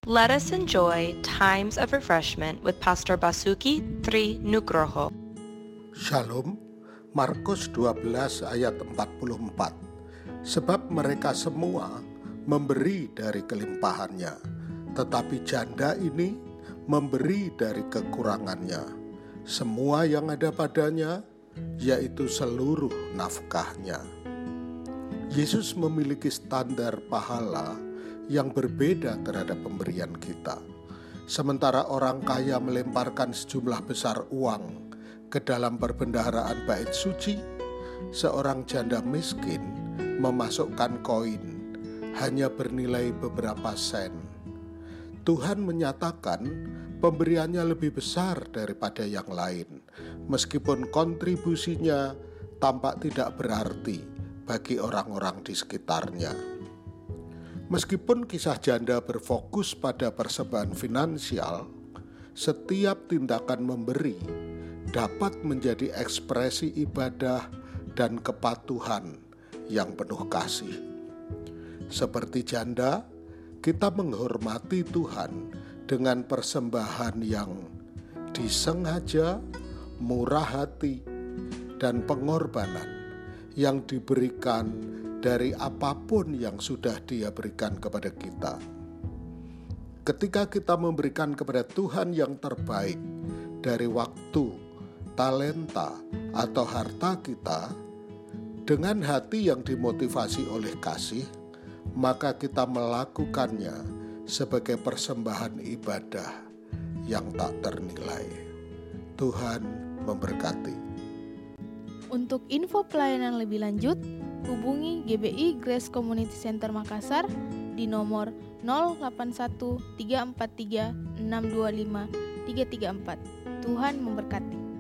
Let us enjoy times of refreshment with Pastor Basuki Tri Nugroho. Shalom, Markus 12 ayat 44. Sebab mereka semua memberi dari kelimpahannya, tetapi janda ini memberi dari kekurangannya. Semua yang ada padanya, yaitu seluruh nafkahnya. Yesus memiliki standar pahala yang berbeda terhadap pemberian kita. Sementara orang kaya melemparkan sejumlah besar uang ke dalam perbendaharaan bait suci, seorang janda miskin memasukkan koin hanya bernilai beberapa sen. Tuhan menyatakan pemberiannya lebih besar daripada yang lain, meskipun kontribusinya tampak tidak berarti bagi orang-orang di sekitarnya. Meskipun kisah janda berfokus pada persembahan finansial, setiap tindakan memberi dapat menjadi ekspresi ibadah dan kepatuhan yang penuh kasih. Seperti janda, kita menghormati Tuhan dengan persembahan yang disengaja, murah hati, dan pengorbanan yang diberikan dari apapun yang sudah Dia berikan kepada kita. Ketika kita memberikan kepada Tuhan yang terbaik dari waktu, talenta, atau harta kita, dengan hati yang dimotivasi oleh kasih, maka kita melakukannya sebagai persembahan ibadah yang tak ternilai. Tuhan memberkati. Untuk info pelayanan lebih lanjut, hubungi GBI Grace Community Center Makassar di nomor 081 343 625 334. Tuhan memberkati.